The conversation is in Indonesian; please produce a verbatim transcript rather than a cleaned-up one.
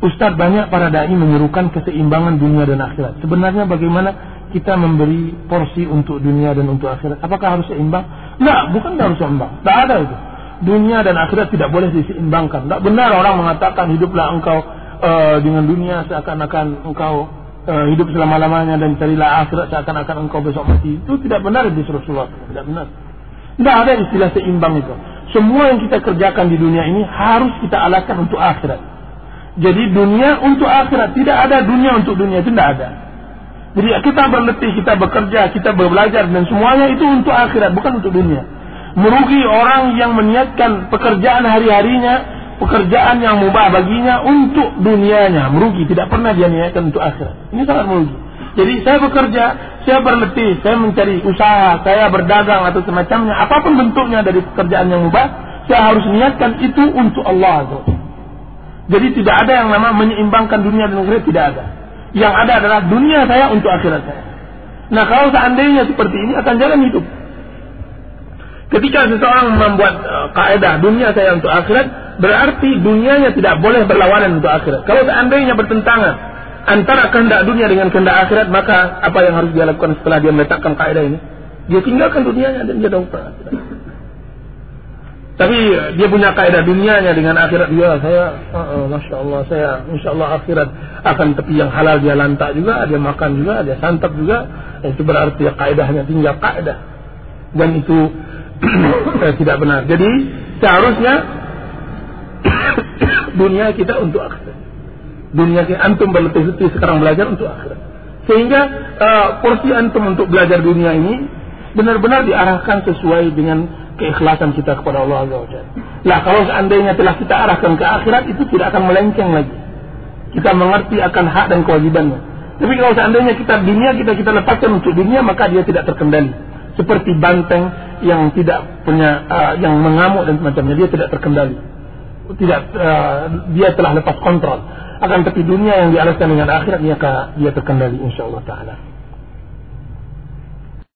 Ustaz, banyak para dai menyerukan keseimbangan dunia dan akhirat. Sebenarnya bagaimana kita memberi porsi untuk dunia dan untuk akhirat? Apakah harus seimbang? Enggak, bukan harus seimbang. Tak ada itu. Dunia dan akhirat tidak boleh diseimbangkan. Tak benar orang mengatakan hiduplah engkau uh, dengan dunia seakan-akan engkau uh, hidup selama-lamanya dan carilah akhirat seakan-akan engkau besok mati. Itu tidak benar di Rasulullah. Tidak benar. Tidak ada istilah seimbang itu. Semua yang kita kerjakan di dunia ini harus kita alahkan untuk akhirat. Jadi dunia untuk akhirat, tidak ada dunia untuk dunia, itu tidak ada. Jadi kita berletih, kita bekerja, kita belajar dan semuanya itu untuk akhirat, bukan untuk dunia. Merugi orang yang meniatkan pekerjaan hari-harinya, pekerjaan yang mubah baginya untuk dunianya, merugi, tidak pernah dia niatkan untuk akhirat. Ini sangat merugi. Jadi saya bekerja, saya berletih, saya mencari usaha, saya berdagang atau semacamnya, apapun bentuknya dari pekerjaan yang mubah, saya harus niatkan itu untuk Allah. Jadi tidak ada yang nama menyeimbangkan dunia dan akhirat, tidak ada. Yang ada adalah dunia saya untuk akhirat saya. Nah, kalau seandainya seperti ini akan jalan hidup. Ketika seseorang membuat uh, kaidah dunia saya untuk akhirat, berarti dunianya tidak boleh berlawanan untuk akhirat. Kalau seandainya bertentangan antara kehendak dunia dengan kehendak akhirat, maka apa yang harus dia lakukan setelah dia meletakkan kaidah ini? Dia tinggalkan dunianya dan dia dapat akhirat. Tapi dia punya kaidah dunianya dengan akhirat dia, saya, uh, uh, masya Allah, saya, insya Allah akhirat akan tepi yang halal dia lantak juga, dia makan juga, dia santap juga. Itu berarti kaidahnya tinggal kaidah, dan itu tidak benar. Jadi seharusnya dunia kita untuk akhirat. Dunia kita, antum berletih-letih sekarang belajar untuk akhirat. Sehingga uh, porsi antum untuk belajar dunia ini benar-benar diarahkan sesuai dengan keikhlasan kita kepada Allah Azza wa Jalla. Lah kalau seandainya telah kita arahkan ke akhirat, itu tidak akan melenceng lagi. Kita mengerti akan hak dan kewajibannya. Tapi kalau seandainya kita dunia kita kita lepaskan untuk dunia, maka dia tidak terkendali. Seperti banteng yang tidak punya uh, yang mengamuk dan semacamnya, dia tidak terkendali. Tidak uh, dia telah lepas kontrol. Akan tapi dunia yang dialaskan dengan akhirat dia dia terkendali insyaallah taala.